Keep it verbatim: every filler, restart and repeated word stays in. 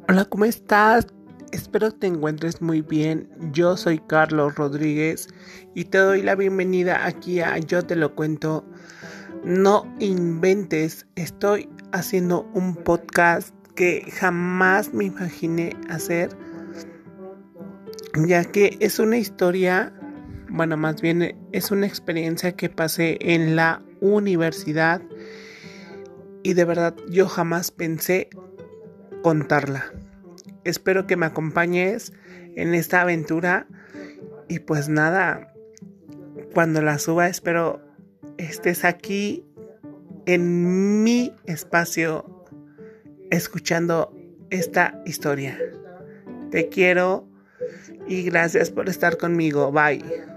Hola, ¿cómo estás? Espero te encuentres muy bien. Yo soy Carlos Rodríguez y te doy la bienvenida aquí a Yo Te Lo Cuento. No inventes, estoy haciendo un podcast que jamás me imaginé hacer, ya que es una historia, bueno, más bien es una experiencia que pasé en la universidad y de verdad yo jamás pensé contarla. Espero que me acompañes en esta aventura y pues nada, cuando la suba espero estés aquí en mi espacio escuchando esta historia. Te quiero y gracias por estar conmigo. Bye.